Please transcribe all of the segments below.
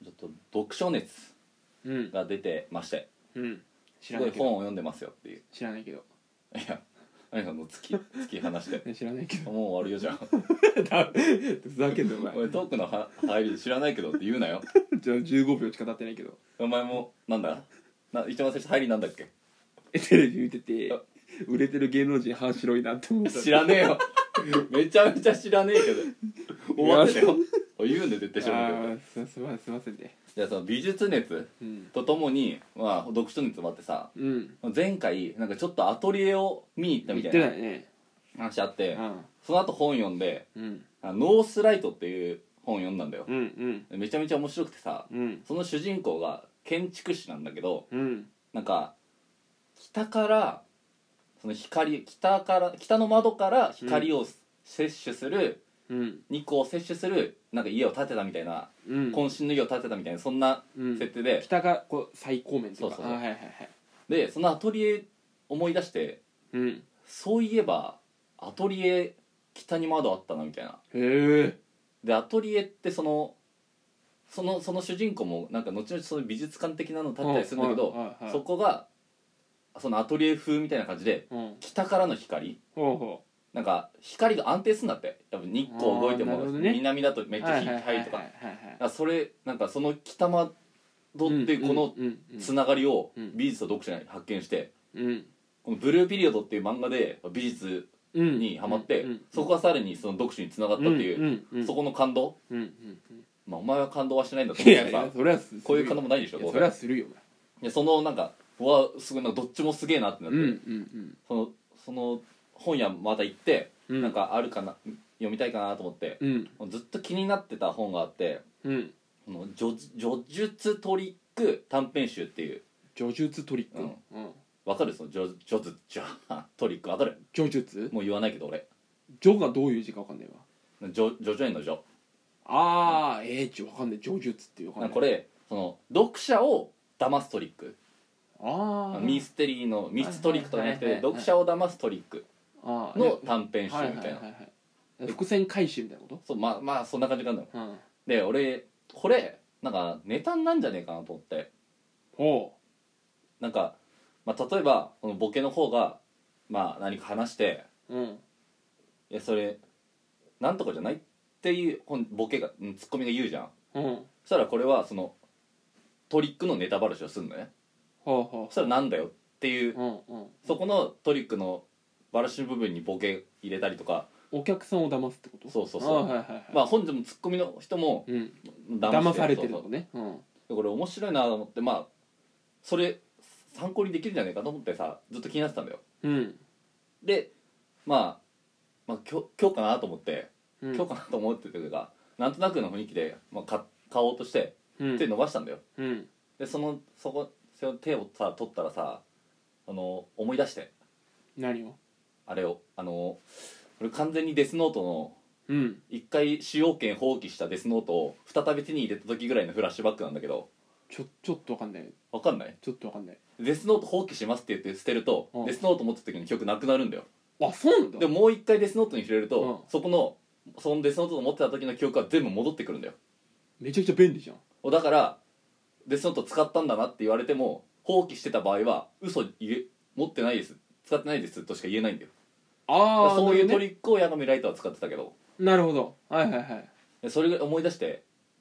ちょっと読書熱うんが出てまして、 うん知すごらないいけど本を読んでますよっていう。 知らないけどいや何その突き放して知らないけどもう終わるよじゃんふざけんなお前俺トークの入りで知らないけどって言うなよ。 じゃあ15秒しか経ってないけどお前もなんだ一番最初入りなんだっけ。 テレビ見てて売れてる芸能人歯白いなって思った知らねえよめちゃめちゃ知らねえけど終わってたよ言うんで絶対知らないけど。 すいませんねじゃあその美術熱うんとともに、まあ、読書熱もあってさ、 うん前回なんかちょっとアトリエを見に行ったみ言ったていなないね話あってうんその後本読んでうんノースライトっていう本読んだんだよ。 うんめちゃめちゃ面白くてさ、 うんその主人公が建築士なんだけど、 うんなんか北からその北の窓から光を摂取する、 うん日光を摂取するなんか家を建てたみたいな、 うん渾身の家を建てたみたいなそんなうん設定で、 北がこう最高面っていうかそうそうそうはいはいはいでそのアトリエ思い出してうんそういえばアトリエ北に窓あったなみたいな。 へえでアトリエってその主人公もなんか後々その美術館的なの建ったりするんだけど、 はいはいはいそこがそのアトリエ風みたいな感じでうん北からの光ほうほなんか光が安定するんだって。やっぱ日光動いても、 あーなるほどね南だとめっうちゃ日入るとか、 はいはいはいだからそれなんかその北窓っていうこのつながりを美術と読者に発見して、このブルーピリオドっていう漫画で美術にハマって、そこがさらにその読書につながったっていう、そこの感動、まあお前は感動はしてないんだと思うけどさ、 それはこういう感動もないでしょ。 それはするよでそのなんかうわすごいなんかどっちもすげえなってなって、その本屋また行って、なんかあるかな読みたいかなと思って、ずっと気になってた本があって、叙述トリック短編集っていう。 叙述トリックわかる？その叙述トリックわかる？ 叙述もう言わないけど俺叙がどういう字かわかんないわ叙々苑の叙。 ああわかんない叙述っていうわかんないこれその読者を騙すトリック、 ああミステリーのミストリックとかじゃなくてはいはいはいはい読者を騙すトリックの短編集みたいな。 はいはいはいはい伏線回収みたいなこそうまあそんな感じなんだよ。 とで俺これなんかネタになんじゃねえかなと思って、 ほなんか、まあ、例えばこのボケの方がまあ何か話してういやそれなんとかじゃないっていうボケがツッコミが言うじゃん。そしたらこれはそのトリックのネタバラシをするんだね。そしたらなんだよっていう、そこのトリックのバラシの部分にボケ入れたりとか。 お客さんを騙すってこと？ そうまあ本日もツッコミの人も騙されてるのね。 これ面白いなと思って、まあそれ参考にできるんじゃないかと思ってさずっと気になってたんだよ。でまあ今日かなと思って、今日かなと思ってというかなんとなくの雰囲気で、まあ、買おうとして手伸ばしたんだよ。でその手をさ取ったらさ思い出して。 何を？ あれを俺完全にデスノートの一回使用権放棄したデスノートを再び手に入れた時ぐらいのフラッシュバックなんだけど。 ちょっとわかんない。 わかんない？ ちょっとわかんない。 デスノート放棄しますって言って捨てると、デスノート持った時の記憶なくなるんだよ。 あ、そうなんだ。 でももう一回デスノートに触れると、そのデスノートを持ってた時の記憶は全部戻ってくるんだよ。 めちゃくちゃ便利じゃん。 だからデスノート使ったんだなって言われても放棄してた場合は持ってないです使ってないですとしか言えないんだよ。そういうトリックをヤガミライトは使ってたけど。 なるほど。はいはいはい。 それが思い出して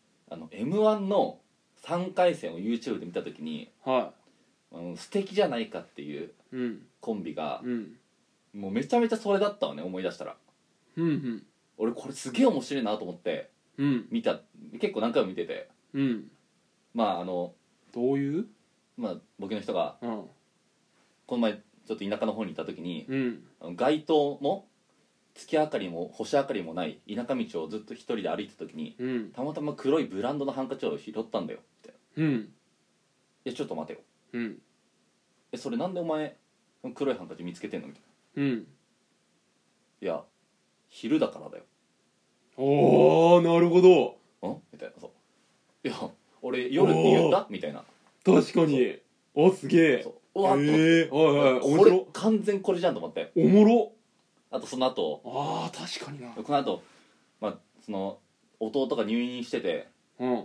M1 の3回戦を YouTube で見た時に、素敵じゃないかっていうコンビが、もうめちゃめちゃそれだったわね思い出したら。俺これすげえ面白いなと思って見た。結構何回も見てて、まあどういうボケの人が、この前ちょっと田舎の方にいた時に、街灯も月明かりも星明かりもない田舎道をずっと一人で歩いてた時に、たまたま黒いブランドのハンカチを拾ったんだよみたいな。いやちょっと待てよ、それなんでお前黒いハンカチ見つけてんのみたいな。いや昼だからだよ。 おーなるほどみたいな。そういや俺夜って言ったみたいな。 確かにすげえ。 うわっこれ完全これじゃんと思って。 おもろ。 あとその後確かにな。 この後、その弟が入院してて、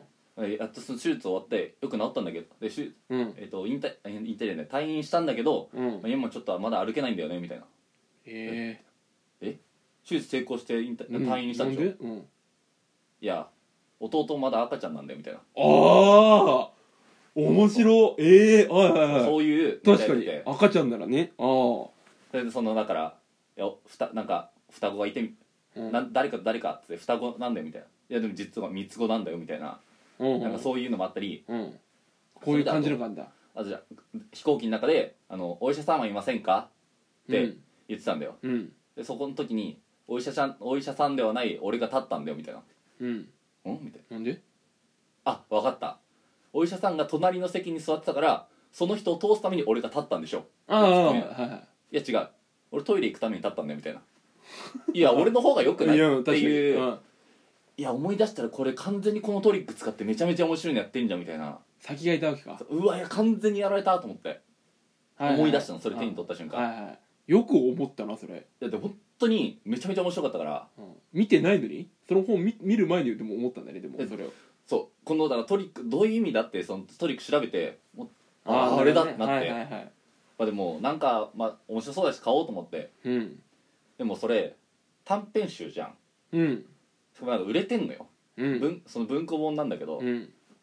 やっとその手術終わってよく治ったんだけどでうん引退じゃない退院したんだけど、 うんまあ、今もちょっとまだ歩けないんだよねみたいな。 え手術成功して退院したんでしょ、 なんでうんいや弟まだ赤ちゃんなんだよみたいな、 ああ面白いはいはいはいそういう確かにみたいな赤ちゃんならねああそれでそのだからなんか双子がいて、誰かって双子なんだよみたいな、いやでも実は三つ子なんだよみたいな、なんかそういうのもあったり、 こういう感じのがあんだあとじゃあ飛行機の中でお医者さんはいませんかって言ってたんだよ、でそこの時にお医者さんではない俺が立ったんだよみたいな、みたいな、 なんであ分かった、お医者さんが隣の席に座ってたからその人を通すために俺が立ったんでしょ、いや違う、俺トイレ行くために立ったんだよみたいな、いや俺の方が良くないっていういや思い出したらこれ完全にこのトリック使ってめちゃめちゃ面白いのやってんじゃんみたいな、 先がいたわけかうわいや完全にやられたと思って、思い出したのそれ手に取った瞬間、 よく思ったなそれ。 だって本当にめちゃめちゃ面白かったから、 見てないのにその本見る前にでも思ったんだね。でもそれをそうこのだからトリックどういう意味だってそのトリック調べてあれだってなって、まあでもなんかまあ面白そうだし買おうと思って、でもそれ短編集じゃん、なんか売れてんのよ、その文庫本なんだけど、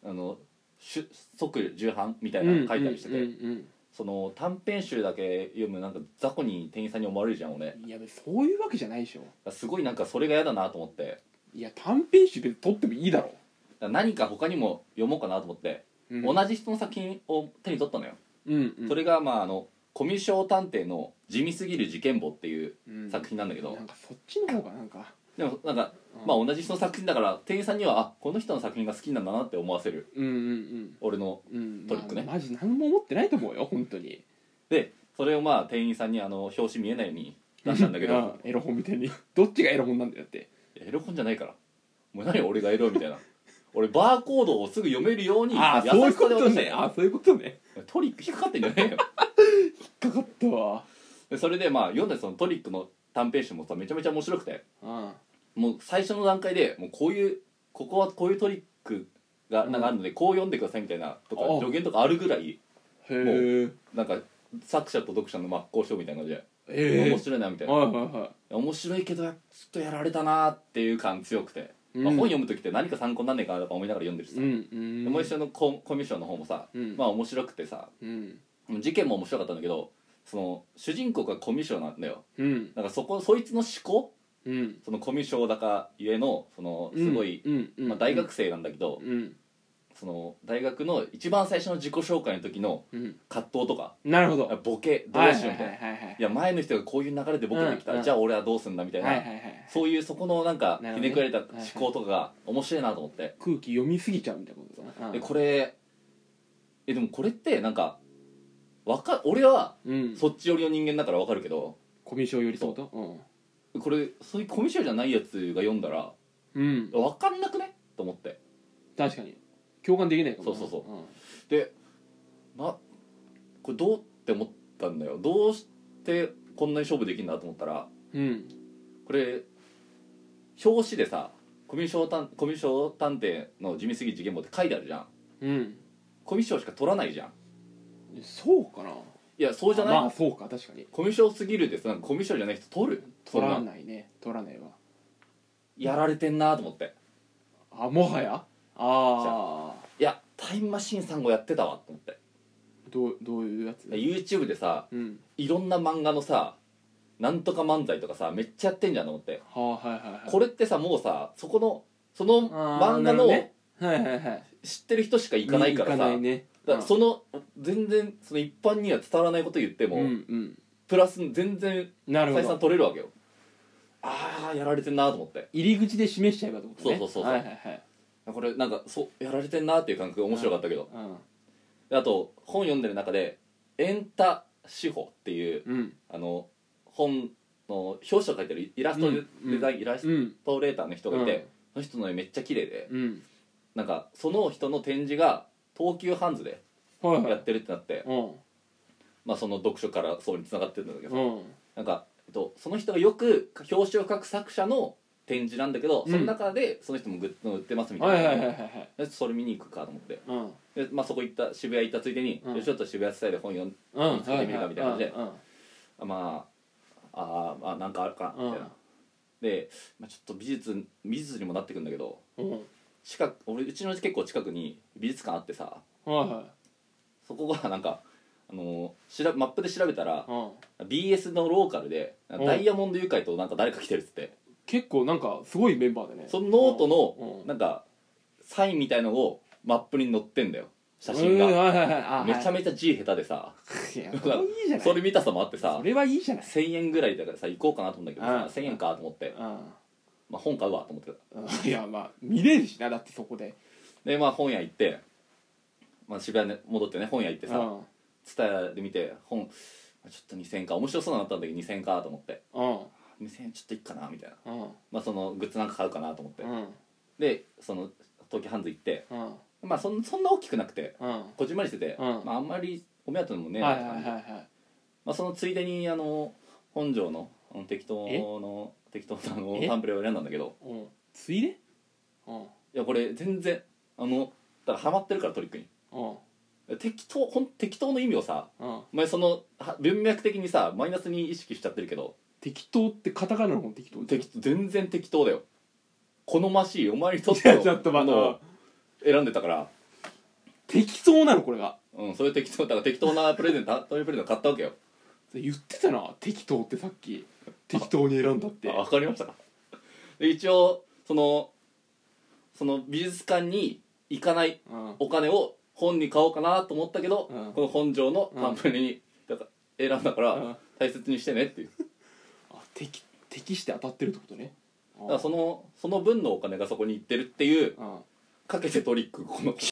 即重版みたいなの書いたりしてて、その短編集だけ読むなんか雑魚に店員さんに思われるじゃん俺。 いやそういうわけじゃないでしょ。 すごいなんかそれが嫌だなと思って、 いや短編集で撮ってもいいだろ。 何か他にも読もうかなと思って、同じ人の作品を手に取ったのよ、それがまあコミュ障探偵の地味すぎる事件簿っていう作品なんだけど、 なんかそっちの方がなんかでもなんか、まあ同じ人の作品だから店員さんにはこの人の作品が好きなんだなって思わせる、俺のトリックね、 マジ何も思ってないと思うよ本当に。 でそれをまあ店員さんに表紙見えないように出したんだけどエロ本みたいにどっちがエロ本なんだよって。 エロ本じゃないから、もう何俺がエロみたいな俺バーコードをすぐ読めるように優しそういうこさでとね。そういうことね。 トリック引っかかってんじゃねえよ引っかかったわ。 でそれでまあ読んでそのトリックの短編集もさめちゃめちゃ面白くて、もう最初の段階でもうここはこういうトリックがなんかあるのでこう読んでくださいみたいなとか助言とかあるぐらい、もうなんか作者と読者の真っ向勝負みたいな感じで、面白いなみたいな、面白いけどちょっとやられたなっていう感強くて、まあ、本読む時って何か参考になんねえかなとか思いながら読んでるしさ、もう一緒のコミュ障の方もさ、まあ面白くてさ、事件も面白かったんだけど、その主人公がコミュ障なんだよ、なんかそいつの思考、そのコミュ障だかゆえのそのすごい、まあ、大学生なんだけど、その大学の一番最初の自己紹介の時の葛藤とか、 なるほど、 ボケどうしようみたいな、いや前の人がこういう流れでボケてきた、じゃあ俺はどうすんだみたいな、そういうそこのなんかひねくられた思考とかが面白いなと思って、 空気読みすぎちゃうみたいなことだな。 でこれでもこれってなんか俺はそっち寄りの人間だから分かるけど、 コミュ障寄りそうと、 これそういうコミュ障じゃないやつが読んだら分かんなくねと思って、 確かに共感できないかも。 そう、でこれどうって思ったんだよ。どうしてこんなに勝負できるんだと思ったら、これ表紙でさコミュ障探偵の地味すぎる事件簿って書いてあるじゃん、コミュ障しか取らないじゃん。 そうかな。 いやそうじゃない。 まあそうか確かに。 コミュ障すぎるですなんかコミュ障じゃない人取らないね。取らないわ。 やられてんなと思って。 もはやいやタイムマシーン3号やってたわと思って。 どういうやつ？ YouTube でさ、いろんな漫画のさなんとか漫才とかさめっちゃやってんじゃんと思って、これってさもうさその漫画の知ってる人しか行かないからさ、その全然その一般には伝わらないこと言っても、プラス全然採算取れるわけよ。やられてんなと思って。 入り口で示しちゃえばってことね。 そうこれなんかやられてんなっていう感覚が面白かったけど、あと本読んでる中でエンタ司法っていう、本の表紙を描いてるイラストデザイン、イラストレーターの人がいて、その人の絵めっちゃ綺麗で、なんかその人の展示が東急ハンズでやってるってなって、まあその読書からそうに繋がってるんだけど、なんかその人がよく表紙を描く作者の展示なんだけど、その中でその人もグッズを売ってますみたいな、それ見に行くかと思って、で、そこ行った渋谷行ったついでに、ちょっと渋谷スタイルで本読んでみるかみたいな感じで、なんかあるかみたいな、で、ちょっと美術にもなってくんだけど、俺うちの結構近くに美術館あってさ、そこがなんかマップで調べたら、BS のローカルでダイヤモンドユカイとなんか誰か来てるっつって、 結構なんかすごいメンバーでね、 そのノートのなんかサインみたいのをマップに載ってんだよ、写真が。めちゃめちゃ字下手でさ、それ見たさもあってさ、 それはいいじゃない、 1000円ぐらいだからさ行こうかなと思うんだけどさ、1000円かと思って、本買うわと思ってた。いや見れるしな、だってそこで。 で本屋行って、渋谷に戻ってね、本屋行ってさ、TSUTAYAで見て本ちょっと2000円か、面白そうなのあったんだけど2000円かと思って、2000円ちょっといっかなみたいな、そのグッズなんか買うかなと思って、でその東急ハンズ行って、そんな大きくなくて、こじんまりしてて、あんまりお目当てのもねえなって感じ、そのついでに本庄の適当なタンプレを選んだんだけど、 ついで、 いやこれ全然だからハマってるからトリックに、適当の意味をさ、お前その文脈的にさマイナスに意識しちゃってるけど、 適当ってカタカナの適当、 全然適当だよ、好ましいお前にとってのものを選んでたから。 適当なのこれが。 それ適当だから、適当なプレゼント買ったわけよ。 言ってたな、適当ってさっき。適当に選んだって。 分かりましたか。で一応その美術館に行かないお金を本に買おうかなと思ったけど、この本庄のパンフレに選んだから、大切にしてねっていう。 適して当たってるってことね。 だからその分のお金がそこに行ってるっていう、かけてトリック、この